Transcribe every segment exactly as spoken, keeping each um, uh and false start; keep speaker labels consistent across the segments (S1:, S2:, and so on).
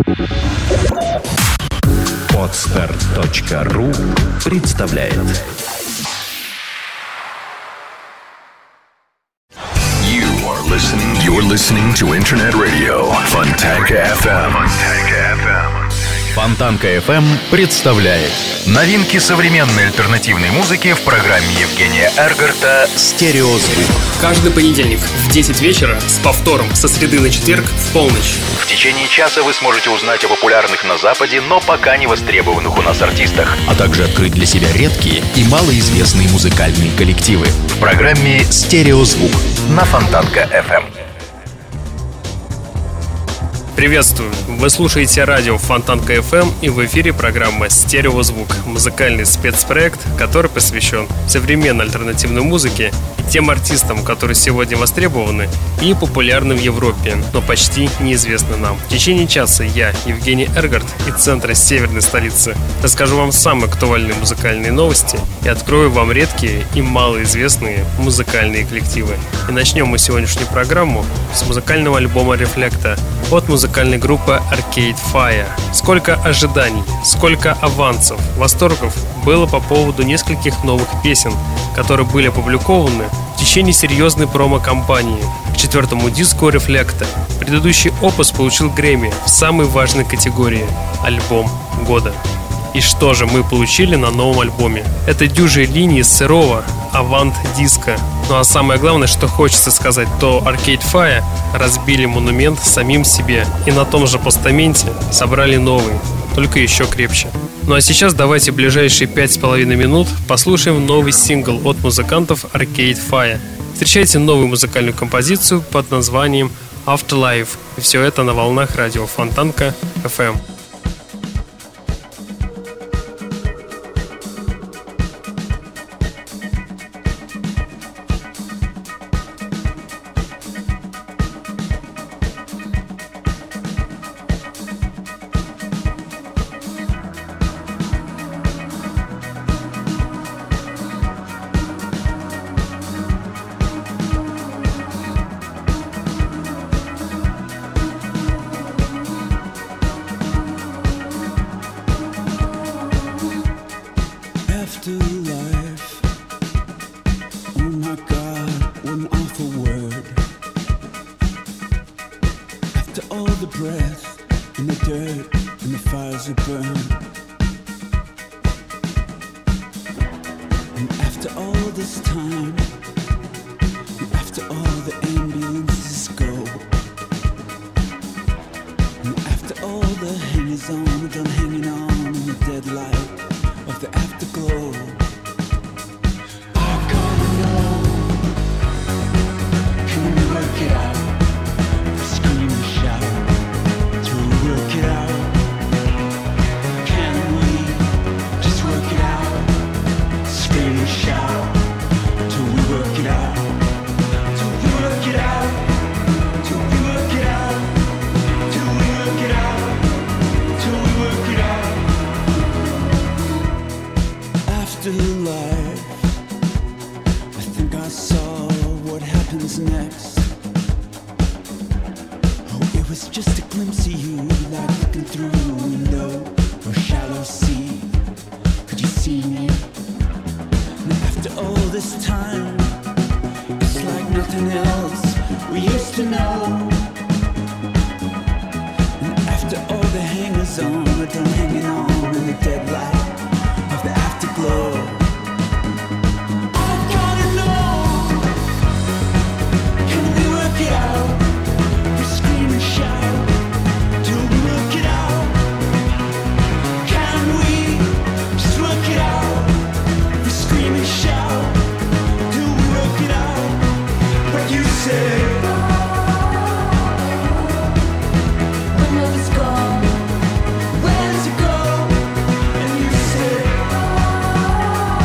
S1: Подстер точка ру представляет.
S2: You are listening, you're listening to Internet Radio Fontanka эф эм.
S1: Фонтанка эф эм представляет
S2: Новинки современной альтернативной музыки в программе Евгения Эргарта
S1: «Стереозвук».
S3: Каждый понедельник в десять вечера с повтором со среды на четверг в полночь.
S2: В течение часа вы сможете узнать о популярных на Западе, но пока не востребованных у нас артистах,
S1: а также открыть для себя редкие и малоизвестные музыкальные коллективы
S2: в программе
S1: «Стереозвук»
S2: на Фонтанка эф эм.
S3: Приветствую! Вы слушаете радио Фонтанка эф эм, и в эфире программа «Стереозвук», музыкальный спецпроект, который посвящен современной альтернативной музыке и тем артистам, которые сегодня востребованы и популярны в Европе, но почти неизвестны нам. В течение часа я, Евгений Эргарт, из центра северной столицы, расскажу вам самые актуальные музыкальные новости и открою вам редкие и малоизвестные музыкальные коллективы. И начнем мы сегодняшнюю программу с музыкального альбома «Рефлекта» от музыкальной группы Arcade Fire. Сколько ожиданий, сколько авансов, восторгов было по поводу нескольких новых песен, которые были опубликованы в течение серьезной промо-кампании к четвертому диску «Рефлекта». Предыдущий опус получил Грэмми в самой важной категории – «Альбом года». И что же мы получили на новом альбоме? Это дюжие линии сырого авант-диска. Ну а самое главное, что хочется сказать, то Arcade Fire разбили монумент самим себе и на том же постаменте собрали новый, только еще крепче. Ну а сейчас давайте ближайшие пять с половиной минут послушаем новый сингл от музыкантов Arcade Fire. Встречайте новую музыкальную композицию под названием Afterlife. И все это на волнах радио Фонтанка эф эм.
S4: Where does it go? And you say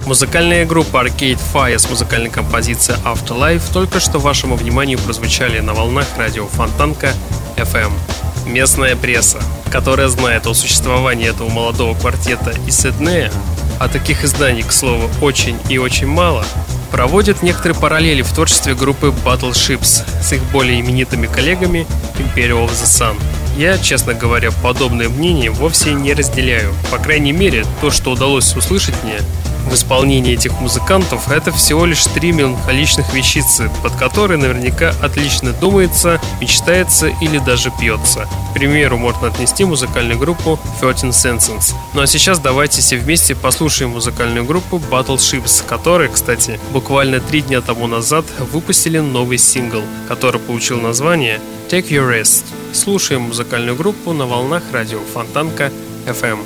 S3: Музыкальная группа Arcade Fire с музыкальной композицией Afterlife только что вашему вниманию прозвучали на волнах радио Фонтанка эф эм. Местная пресса, которая знает о существовании этого молодого квартета из Сиднея, а таких изданий, к слову, очень и очень мало, проводит некоторые параллели в творчестве группы Battleships с их более именитыми коллегами Imperial of the Sun. Я, честно говоря, подобное мнение вовсе не разделяю. По крайней мере, то, что удалось услышать мне в исполнении этих музыкантов, это всего лишь три меланхоличных вещицы, под которые наверняка отлично думается, мечтается или даже пьется. К примеру, можно отнести музыкальную группу thirteen Seasons. Ну а сейчас давайте все вместе послушаем музыкальную группу Battleships, которые, кстати, буквально три дня тому назад выпустили новый сингл, который получил название Take Your Rest. Слушаем музыкальную группу на волнах радио Фонтанка эф эм.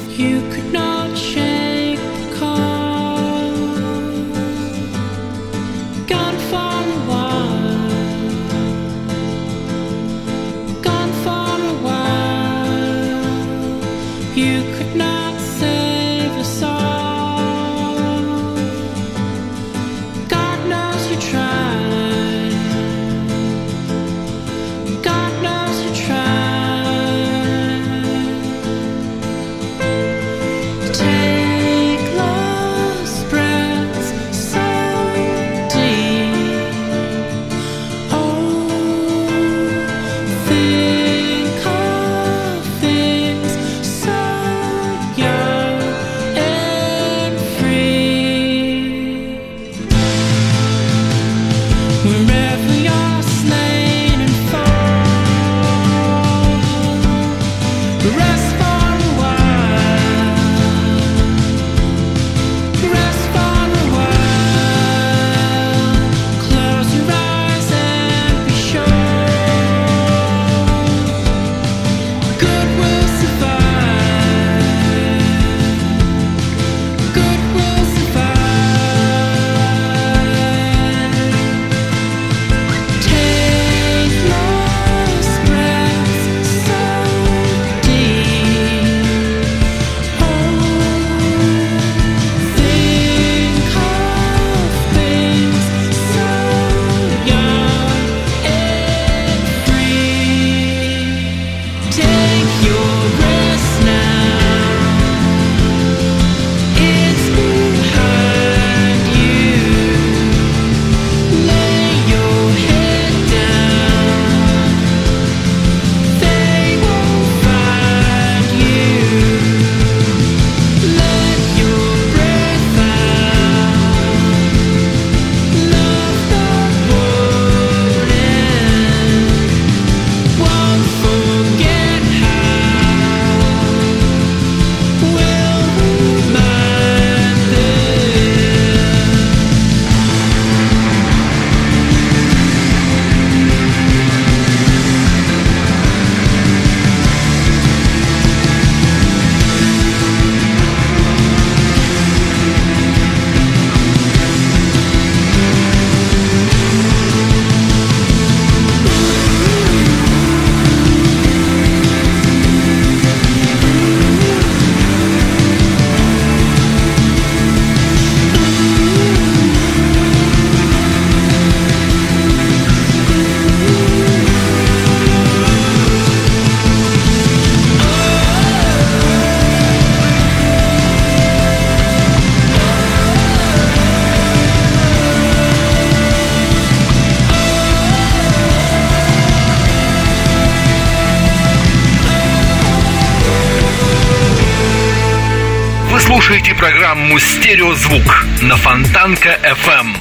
S2: Слушайте программу «Стереозвук» на Фонтанка эф эм.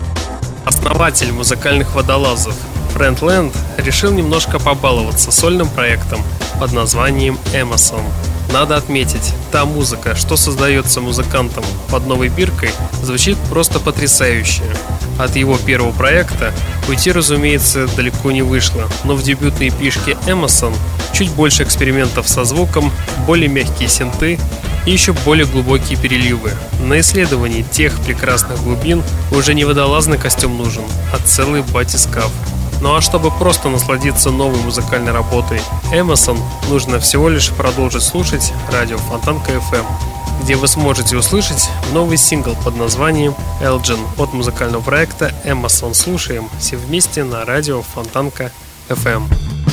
S3: Основатель музыкальных водолазов Фрэнк Лэнд решил немножко побаловаться сольным проектом под названием Emerson. Надо отметить, та музыка, что создается музыкантом под новой биркой, звучит просто потрясающе. От его первого проекта уйти, разумеется, далеко не вышло, но в дебютной эпишке Emerson чуть больше экспериментов со звуком, более мягкие синты и еще более глубокие переливы. На исследовании тех прекрасных глубин уже не водолазный костюм нужен, а целый батискаф. Ну а чтобы просто насладиться новой музыкальной работой Эмерсон, нужно всего лишь продолжить слушать радио Фонтанка эф эм, где вы сможете услышать новый сингл под названием Elgin от музыкального проекта Эмерсон. Слушаем все вместе на радио Фонтанка эф эм.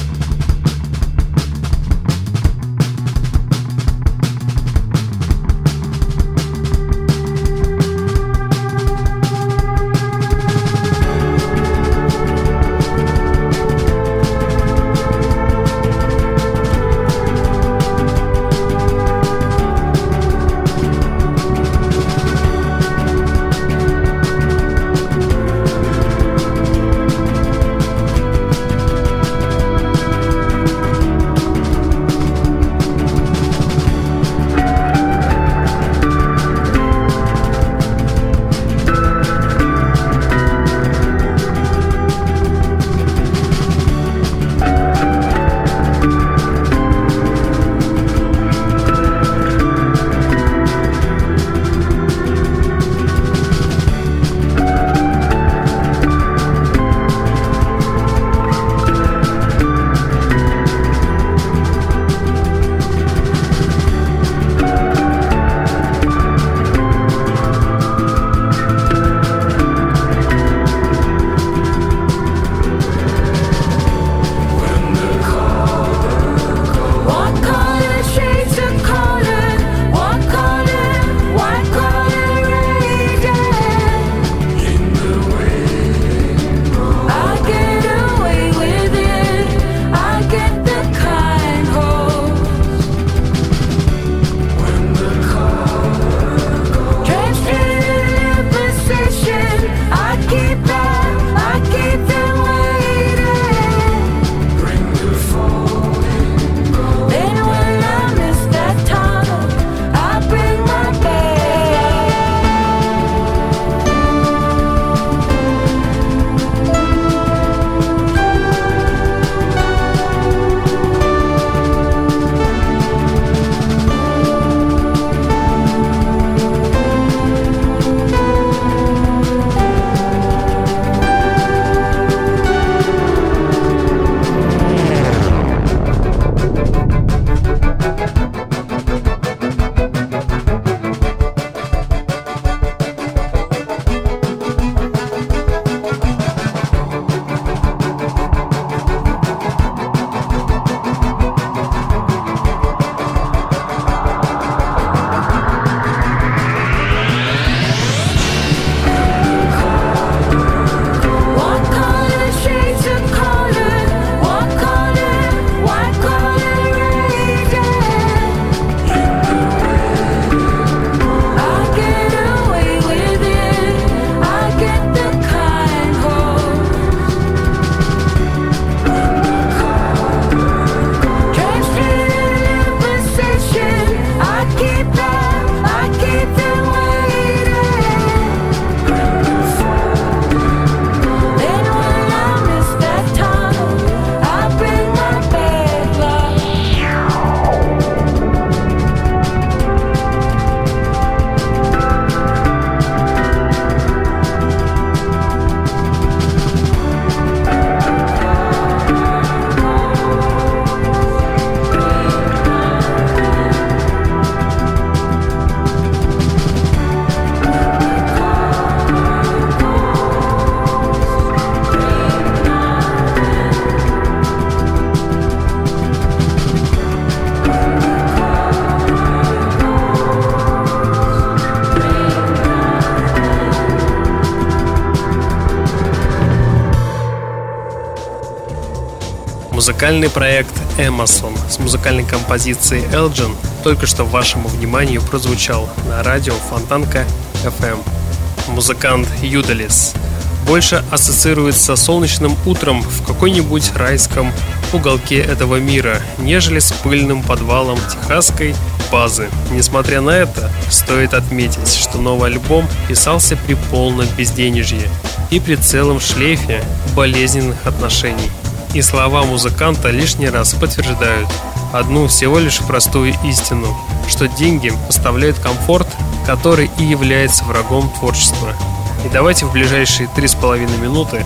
S3: Музыкальный проект Эмерсон с музыкальной композицией Elgin только что вашему вниманию прозвучал на радио Фонтанка эф эм. Музыкант Юдалис больше ассоциируется с солнечным утром в какой-нибудь райском уголке этого мира, нежели с пыльным подвалом техасской базы. Несмотря на это, стоит отметить, что новый альбом писался при полном безденежье и при целом шлейфе болезненных отношений. И слова музыканта лишний раз подтверждают одну всего лишь простую истину, что деньги поставляют комфорт, который и является врагом творчества. И давайте в ближайшие три с половиной минуты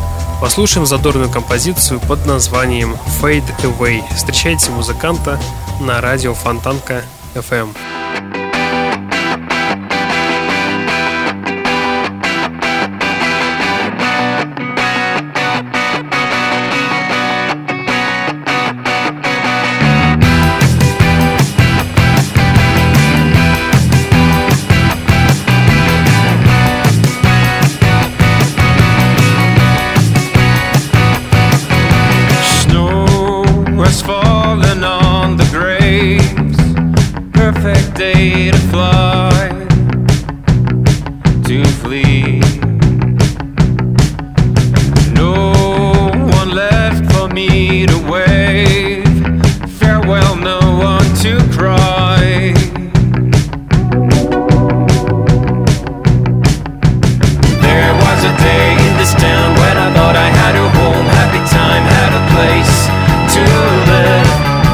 S3: Послушаем задорную композицию под названием Fade Away. Встречайте музыканта на радио Фонтанка эф эм.
S4: Falling on the graves, perfect day to fly, to flee. No one left for me to wave farewell, no one to cry. There was a day in this town when I thought I had a home, happy time, had a place to live.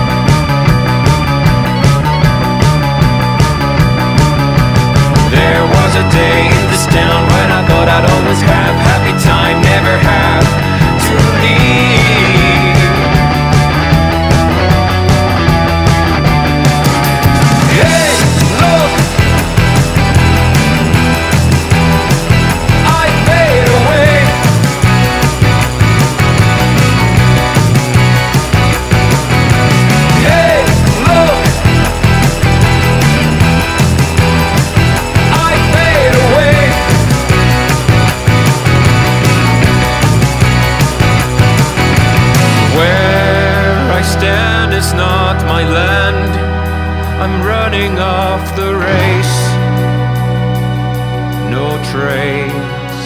S4: There was a day in this town when I thought I'd always have happy time, never have to leave. Hey, look, I fade away. Hey, look, I fade away. Where I stand is not my land. I'm running off the race. No trace.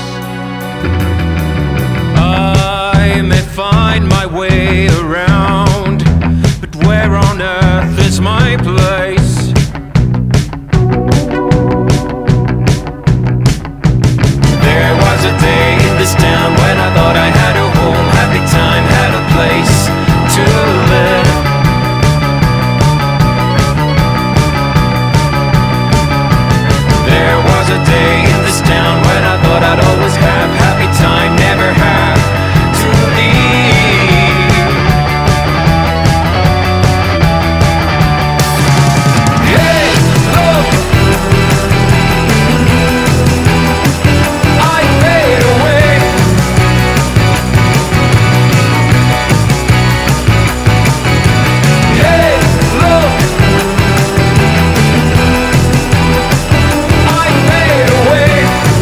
S4: I may find my way around, but where on earth is my place? There was a day in this town when I thought I had a home, happy time, had a place to live. There was a day in this town when I thought I'd always have happy time, never have to leave. Hey, look, I fade away. Hey, look, I fade away.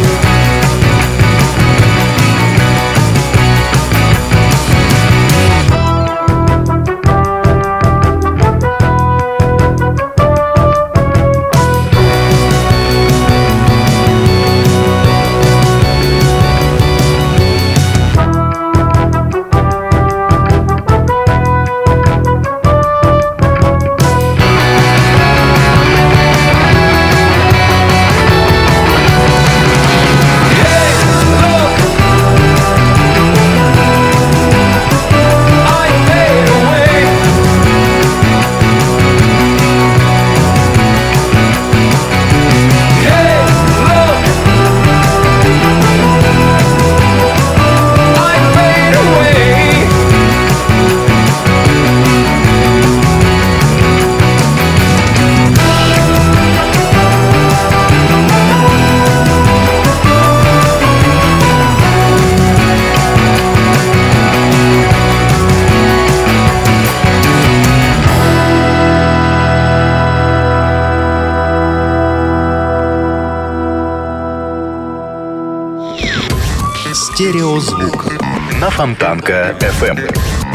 S1: Стереозвук на Фонтанка эф эм.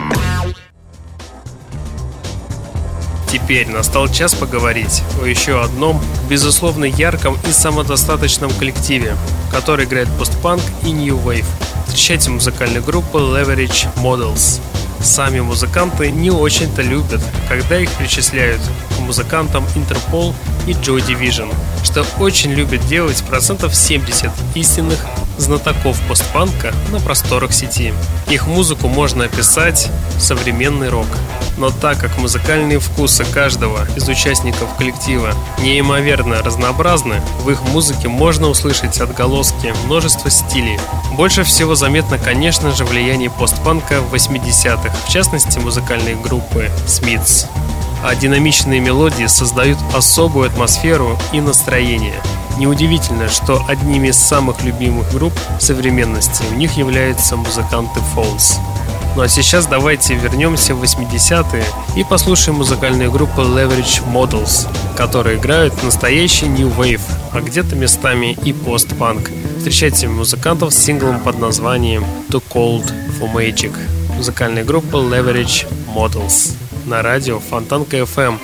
S3: Теперь настал час поговорить о еще одном, безусловно, ярком и самодостаточном коллективе, который играет постпанк и New Wave. Встречайте музыкальную группу Leverage Models. Сами музыканты не очень-то любят, когда их причисляют музыкантам Interpol и Joy Division, что очень любят делать процентов семьдесят истинных знатоков постпанка на просторах сети. Их музыку можно описать современный рок. Но так как музыкальные вкусы каждого из участников коллектива неимоверно разнообразны, в их музыке можно услышать отголоски множества стилей. Больше всего заметно, конечно же, влияние постпанка в восьмидесятых, в частности, музыкальной группы Smiths. А динамичные мелодии создают особую атмосферу и настроение. Неудивительно, что одними из самых любимых групп современности у них являются музыканты Falls. Ну а сейчас давайте вернемся в восьмидесятые и послушаем музыкальную группу Leverage Models, которые играют настоящий New Wave, а где-то местами и постпанк. Встречайте музыкантов с синглом под названием Too Cold for Magic. Музыкальная группа Leverage Models на радио Фонтанка эф эм.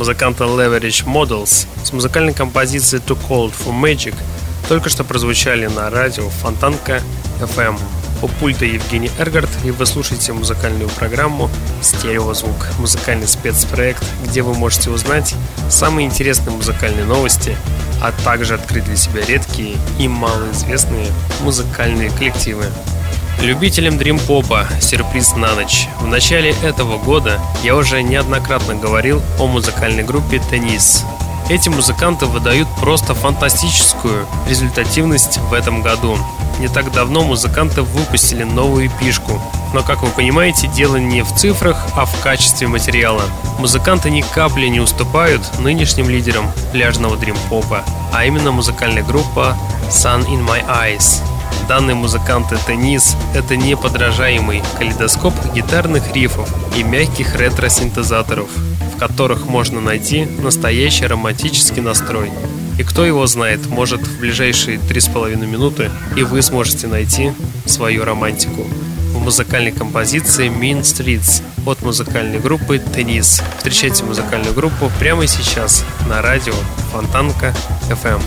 S3: музыканта Leverage Models с музыкальной композицией Too Cold for Magic только что прозвучали на радио Фонтанка эф эм. У пульта Евгений Эргард, и вы слушаете музыкальную программу «Стереозвук», музыкальный спецпроект, где вы можете узнать самые интересные музыкальные новости, а также открыть для себя редкие и малоизвестные музыкальные коллективы. Любителям дрим-попа сюрприз на ночь. В начале этого года я уже неоднократно говорил о музыкальной группе Tennis. Эти музыканты выдают просто фантастическую результативность в этом году. Не так давно музыканты выпустили новую эпишку. Но, как вы понимаете, дело не в цифрах, а в качестве материала. Музыканты ни капли не уступают нынешним лидерам пляжного дрим-попа, а именно музыкальная группа Sun in My Eyes. Данные музыканты Tennis — это неподражаемый калейдоскоп гитарных рифов и мягких ретро-синтезаторов, в которых можно найти настоящий романтический настрой. И кто его знает, может в ближайшие три с половиной минуты и вы сможете найти свою романтику в музыкальной композиции Mean Streets от музыкальной группы Tennis. Встречайте музыкальную группу прямо сейчас на радио Фонтанка эф эм.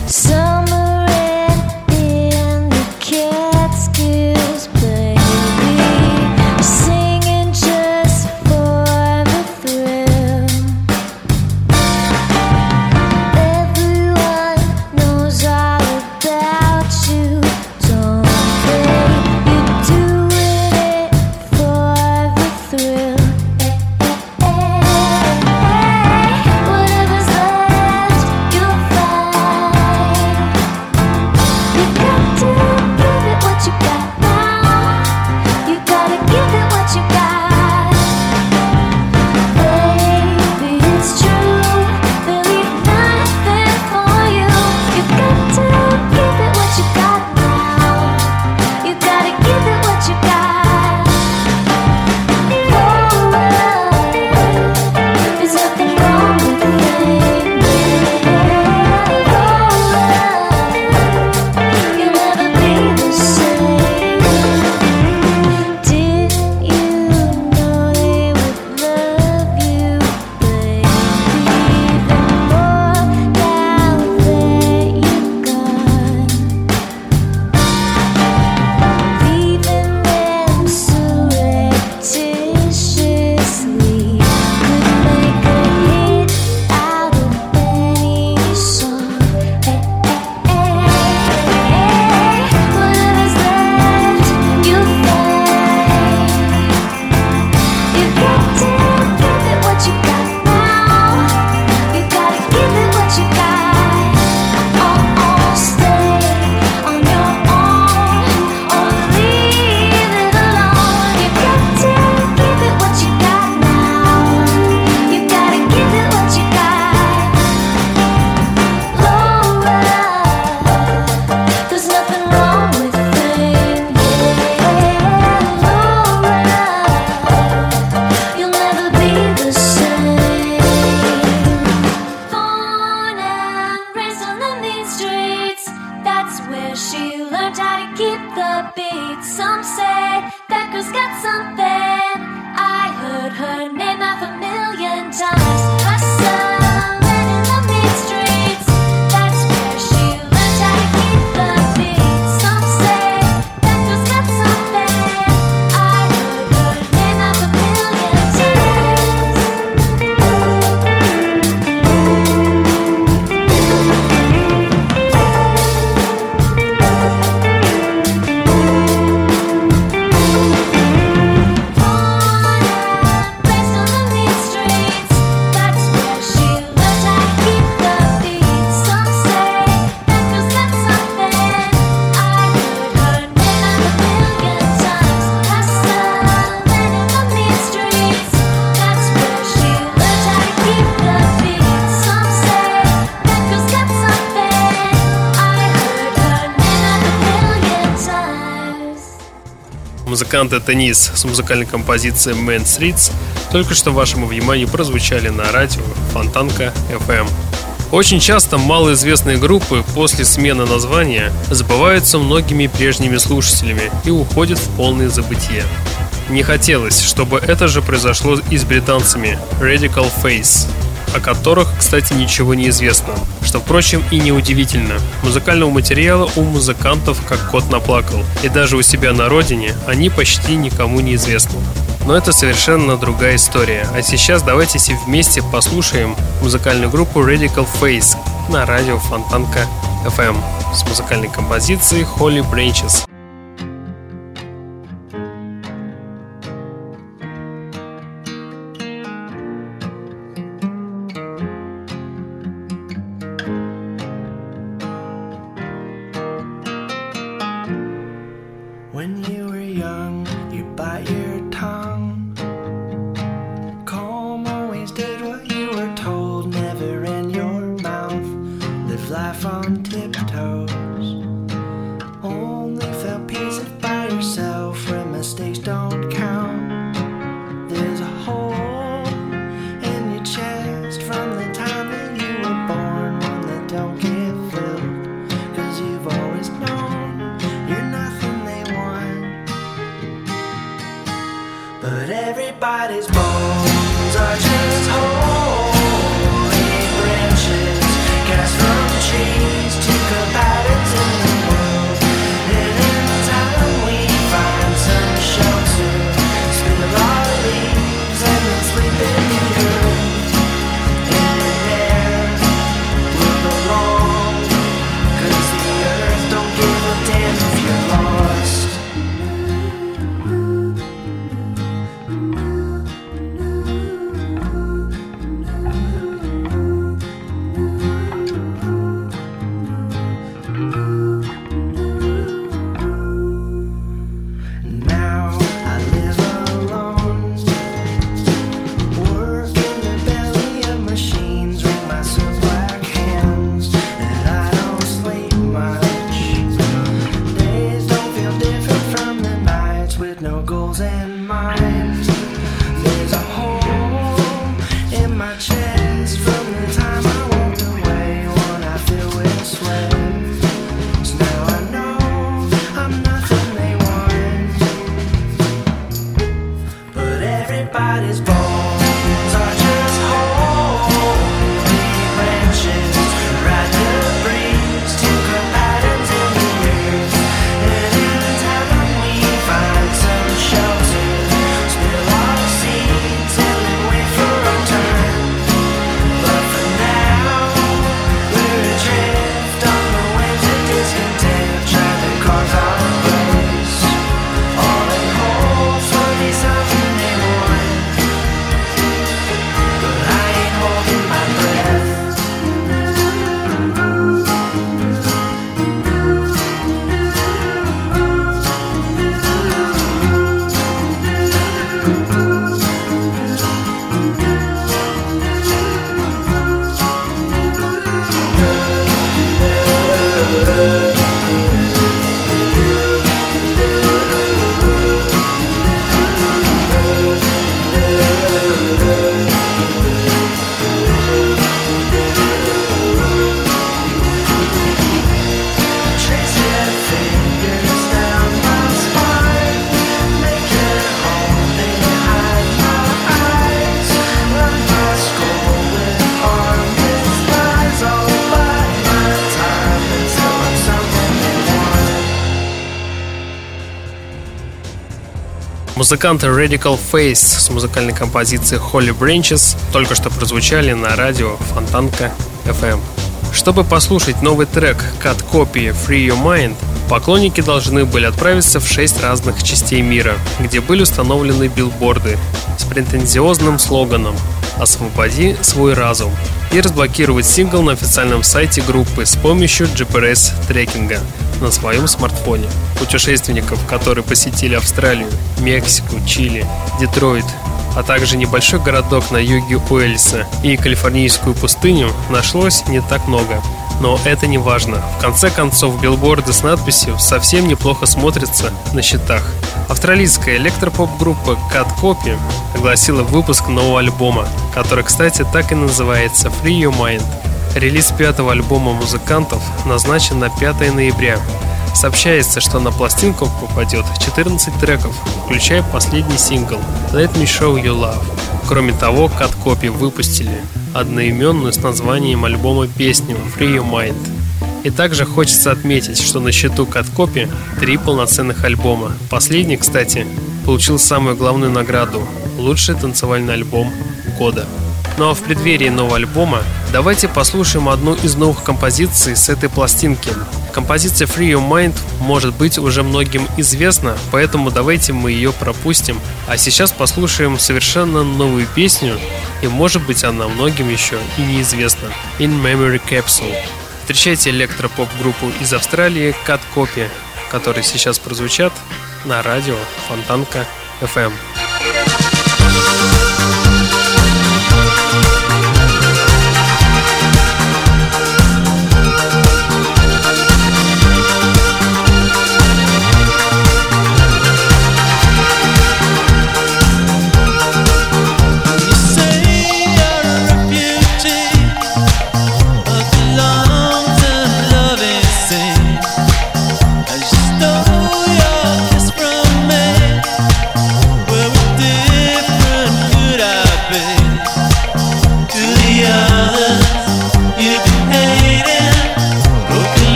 S3: Музыканты Tennis с музыкальной композицией Mean Streets только что вашему вниманию прозвучали на радио Фонтанка эф эм. Очень часто малоизвестные группы после смены названия забываются многими прежними слушателями и уходят в полное забытье. Не хотелось, чтобы это же произошло и с британцами Radical Face. о которых, кстати, ничего не известно. Что, впрочем, и неудивительно. Музыкального материала у музыкантов как кот наплакал. И даже у себя на родине они почти никому не известны. Но это совершенно другая история. А сейчас давайте все вместе послушаем музыкальную группу Radical Face на радио Фонтанка эф эм с музыкальной композицией Holy Branches.
S5: When you were young, you bite your tongue. Calm always did what you were told, never in your mouth. Live life on tiptoes. Only felt peace if by yourself, where mistakes don't count. There's a hole in your chest from the time that you were born, one that don't get filled, 'cause you've always known you're nothing they want. But everybody's bones are just holy branches, cast from trees to cut patterns in the world. And in time we find some shelter, spill our leaves and then sleep in the earth. And there we'll belong, 'cause the earth don't give a damn if you're lost. Now I live alone, work in the belly of machines, ring my soot black hands, and I don't sleep much. Days don't feel different from the nights, with no goals in mind. There's a hole in my chest from the time I walked away, one I fill with sweat. So now I know I'm nothing they want. But everybody's bones are just holy branches, ride the breeze to cut patterns in the earth. And in time we find some shelter, spill our seeds and then wait for our turn. But for now we're adrift on the waves of discontent, trying to carve our place, all in hopes will be something they want. But I ain't holding my breath. Trace your fingers down my spine, make it home behind my eyes. Run my skull with harmless lies, I'll buy my time until I'm something they want.
S3: Музыканты Radical Face с музыкальной композицией Holy Branches только что прозвучали на радио Фонтанка эф эм. Чтобы послушать новый трек Cut Copy Free Your Mind, поклонники должны были отправиться в шесть разных частей мира, где были установлены билборды с претенциозным слоганом «Освободи свой разум» и разблокировать сингл на официальном сайте группы с помощью джи пи эс трекинга на своем смартфоне. Путешественников, которые посетили Австралию, Мексику, Чили, Детройт, а также небольшой городок на юге Уэльса и калифорнийскую пустыню, нашлось не так много. Но это не важно. В конце концов, билборды с надписью совсем неплохо смотрятся на счетах. Австралийская электропоп-группа Cut Copy огласила выпуск нового альбома, который, кстати, так и называется Free Your Mind. Релиз пятого альбома музыкантов назначен на пятое ноября. Сообщается, что на пластинку попадет четырнадцать треков, включая последний сингл Let Me Show You Love. Кроме того, Cut Copy выпустили одноименную с названием альбома песню Free Your Mind. И также хочется отметить, что на счету Cut Copy три полноценных альбома. Последний, кстати, получил самую главную награду – лучший танцевальный альбом года. Ну а в преддверии нового альбома давайте послушаем одну из новых композиций с этой пластинки. Композиция Free Your Mind может быть уже многим известна, поэтому давайте мы ее пропустим. А сейчас послушаем совершенно новую песню, и может быть она многим еще и неизвестна. In Memory Capsule. Встречайте электропоп-группу из Австралии Cut Copy, которые сейчас прозвучат на радио Фонтанка эф эм.
S6: Stole your kiss from me. Well, we did.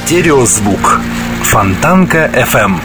S2: Стереозвук. Фонтанка эф эм.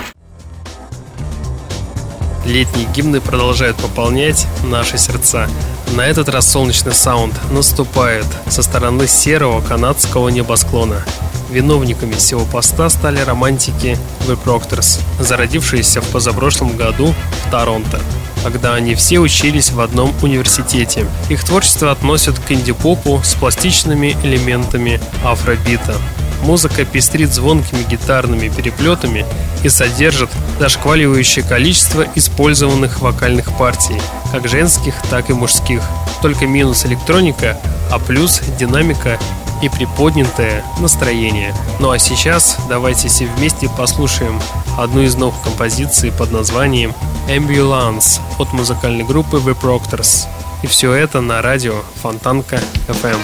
S3: Летние гимны продолжают пополнять наши сердца. На этот раз солнечный саунд наступает со стороны серого канадского небосклона. Виновниками всего поста стали романтики The Proctors, зародившиеся в позапрошлом году в Торонто, когда они все учились в одном университете. Их творчество относят к инди-попу с пластичными элементами афробита. Музыка пестрит звонкими гитарными переплетами и содержит зашкваливающее количество использованных вокальных партий, как женских, так и мужских. Только минус электроника, а плюс динамика и приподнятое настроение. Ну а сейчас давайте все вместе послушаем одну из новых композиций под названием Ambulance от музыкальной группы The Proctors. И все это на радио Фонтанка эф эм.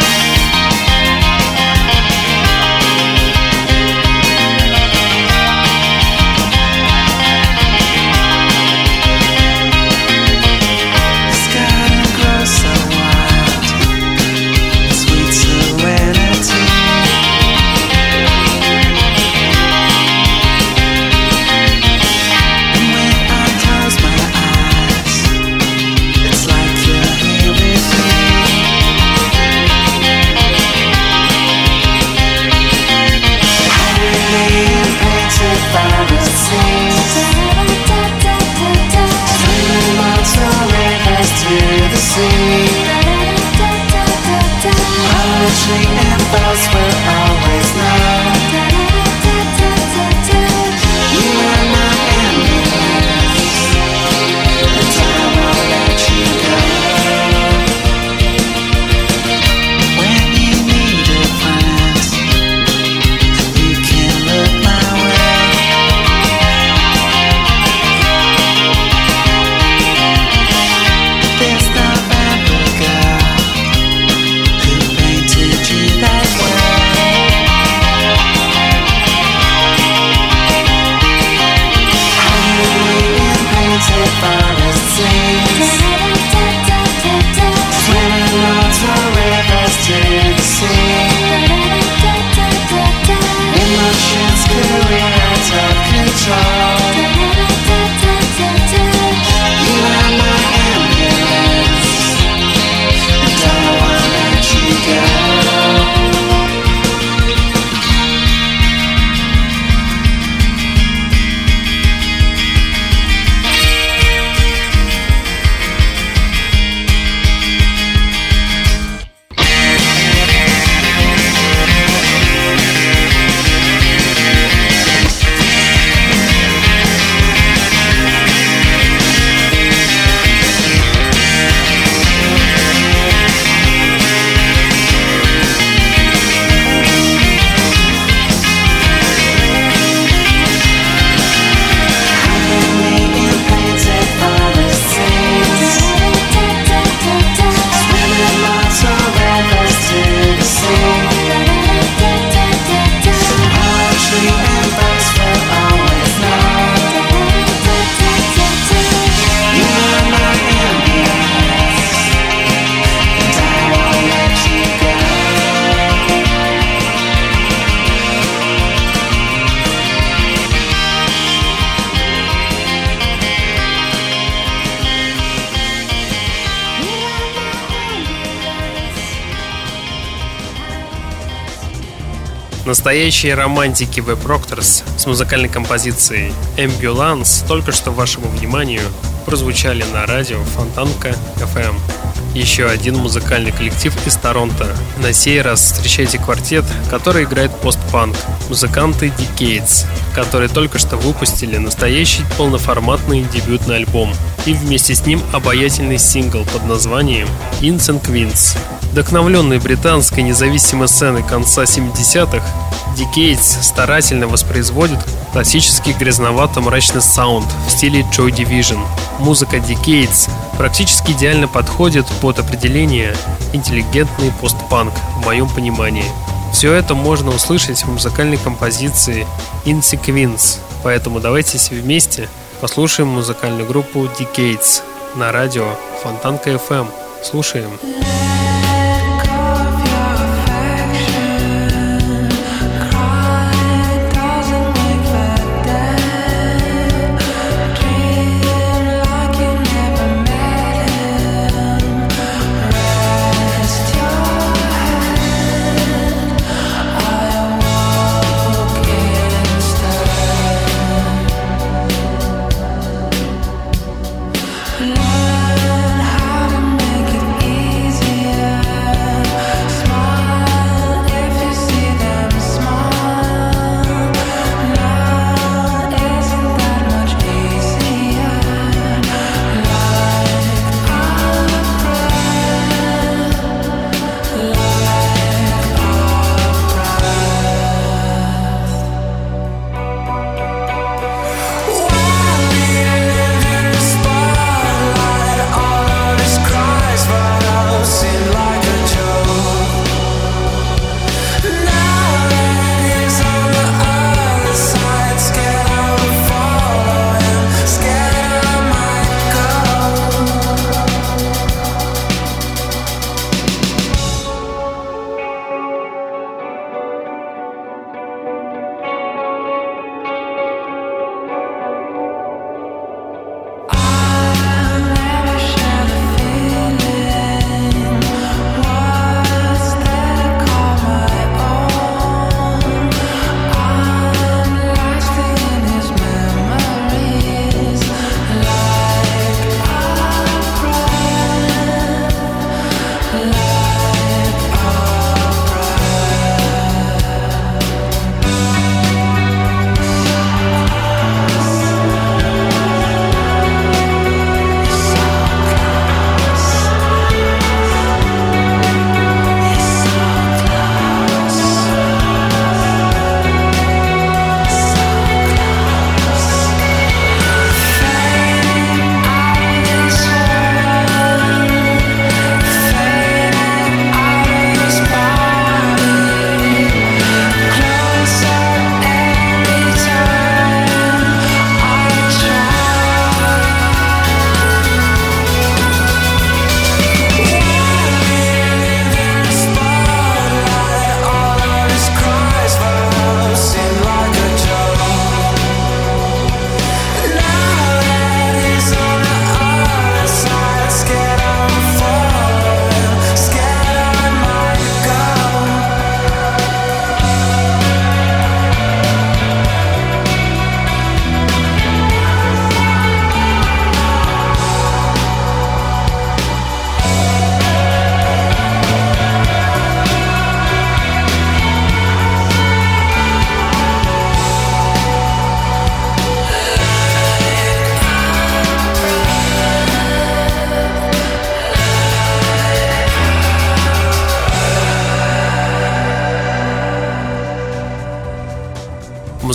S3: Настоящие романтики The Proctors с музыкальной композицией Ambulance только что вашему вниманию прозвучали на радио Фонтанка эф эм. Еще один музыкальный коллектив из Торонто. На сей раз встречайте квартет, который играет постпанк. Музыканты Decades, которые только что выпустили настоящий полноформатный дебютный альбом и вместе с ним обаятельный сингл под названием Kings and Queens. Вдохновленный британской независимой сценой конца семидесятых, Decades старательно воспроизводит классический грязновато-мрачный саунд в стиле Joy Division. Музыка Decades практически идеально подходит под определение интеллигентный постпанк в моем понимании. Все это можно услышать в музыкальной композиции Kings and Queens, поэтому давайте все вместе послушаем музыкальную группу Decades на радио Фонтанка эф эм. Слушаем.
S5: Cry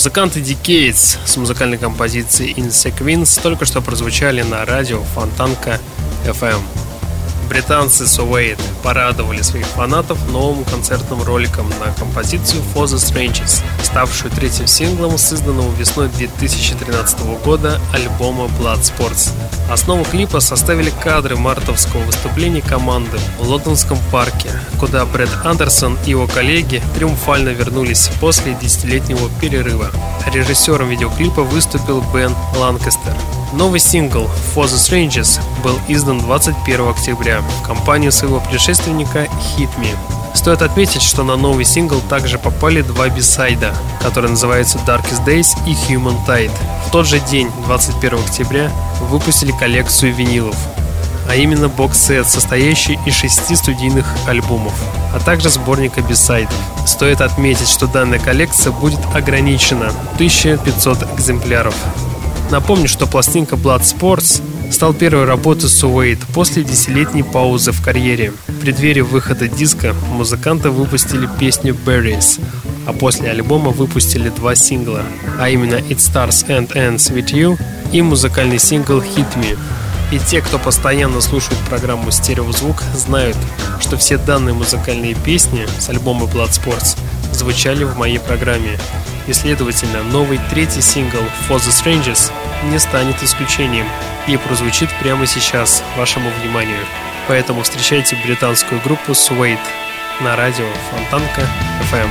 S3: Музыканты Decades с музыкальной композицией In Sequence только что прозвучали на радио Фонтанка эф эм. Британцы Suede порадовали своих фанатов новым концертным роликом на композицию For the Strangers, ставшую третьим синглом с изданного весной две тысячи тринадцатого года альбома Blood Sports. Основу клипа составили кадры мартовского выступления команды в Лондонском парке, куда Брэд Андерсон и его коллеги триумфально вернулись после десятилетнего перерыва. Режиссером видеоклипа выступил Бен Ланкастер. Новый сингл For the Strangers был издан двадцать первого октября в компанию своего предшественника Hit Me. Стоит отметить, что на новый сингл также попали два бисайда, которые называются Darkest Days и Human Tide. В тот же день, двадцать первого октября, выпустили коллекцию винилов, а именно бокс-сет, состоящий из шести студийных альбомов, а также сборника бисайдов. Стоит отметить, что данная коллекция будет ограничена тысяча пятьсот экземпляров. Напомню, что пластинка Blood Sports стал первой работой Suede после десятилетней паузы в карьере. В преддверии выхода диска музыканты выпустили песню Berries, а после альбома выпустили два сингла, а именно It Starts and Ends With You и музыкальный сингл Hit Me. И те, кто постоянно слушает программу «Стереозвук», знают, что все данные музыкальные песни с альбома Blood Sports звучали в моей программе. И, следовательно, новый третий сингл For the Strangers не станет исключением и прозвучит прямо сейчас вашему вниманию. Поэтому встречайте британскую группу Suede на радио Фонтанка эф эм.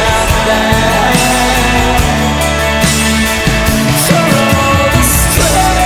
S6: Strangers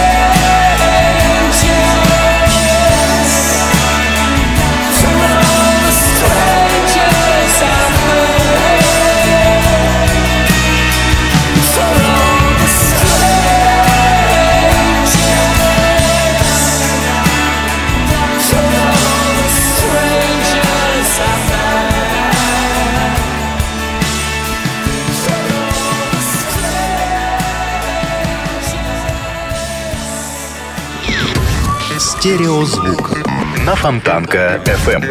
S1: Стереозвук на Фонтанка эф эм.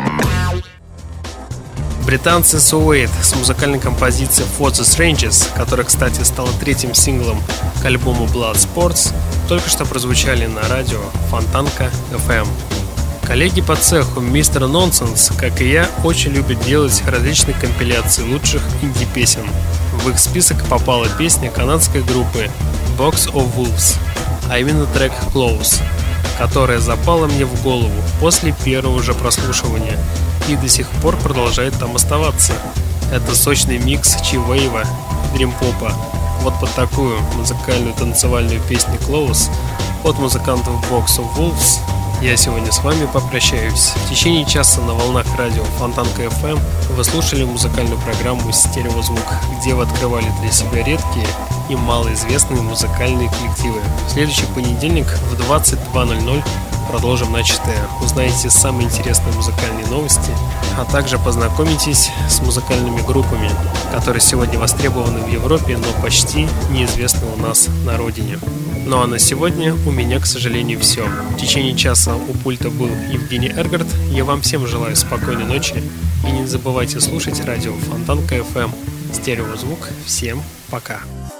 S3: Британцы Suede с музыкальной композицией For the Strangers, которая, кстати, стала третьим синглом к альбому Blood Sports, только что прозвучали на радио Фонтанка эф эм. Коллеги по цеху мистер Nonsense, как и я, очень любят делать различные компиляции лучших инди-песен. В их список попала песня канадской группы Box of Wolves, а именно трек Close, которая запала мне в голову после первого же прослушивания и до сих пор продолжает там оставаться. Это сочный микс чивейва и дрим-попа. Вот под такую музыкальную танцевальную песню Close от музыкантов Box of Wolves я сегодня с вами попрощаюсь. В течение часа на волнах радио Фонтанка эф эм вы слушали музыкальную программу «Стереозвук», где вы открывали для себя редкие и малоизвестные музыкальные коллективы. В следующий понедельник в двадцать два ноль ноль продолжим начатое. Узнаете самые интересные музыкальные новости, а также познакомитесь с музыкальными группами, которые сегодня востребованы в Европе, но почти неизвестны у нас на родине. Ну а на сегодня у меня, к сожалению, все. В течение часа у пульта был Евгений Эргард. Я вам всем желаю спокойной ночи и не забывайте слушать радио Фонтанка эф эм. Стереозвук. Всем пока.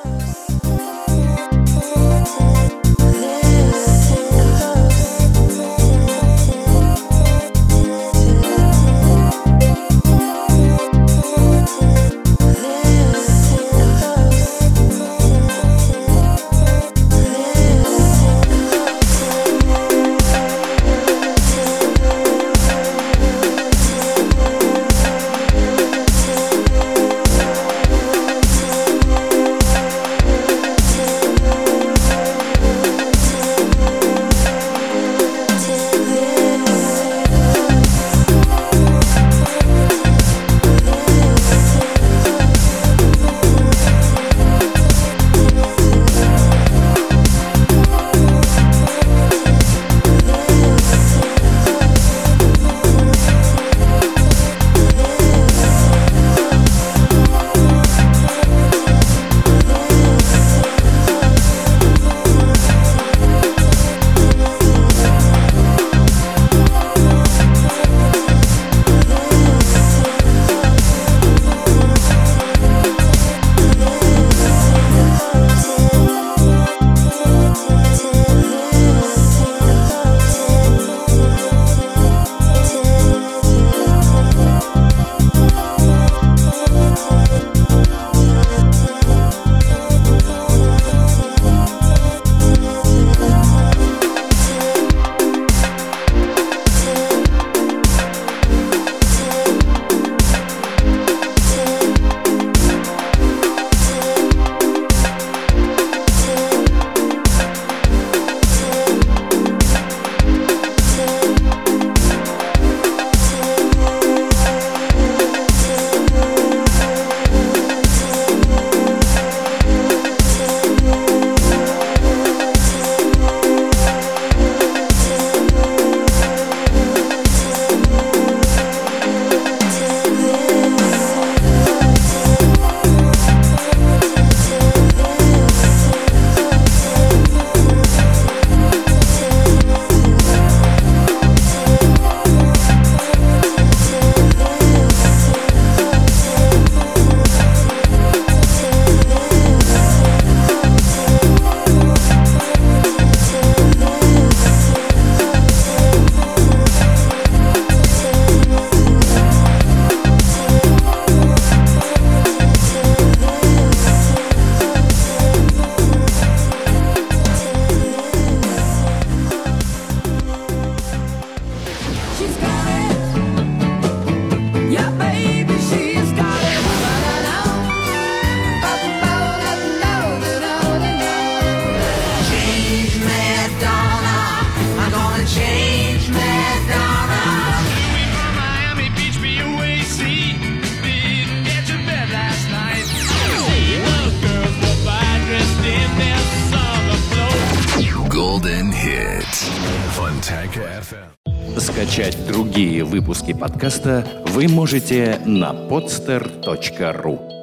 S1: Скачать другие выпуски подкаста вы можете на podster точка ру.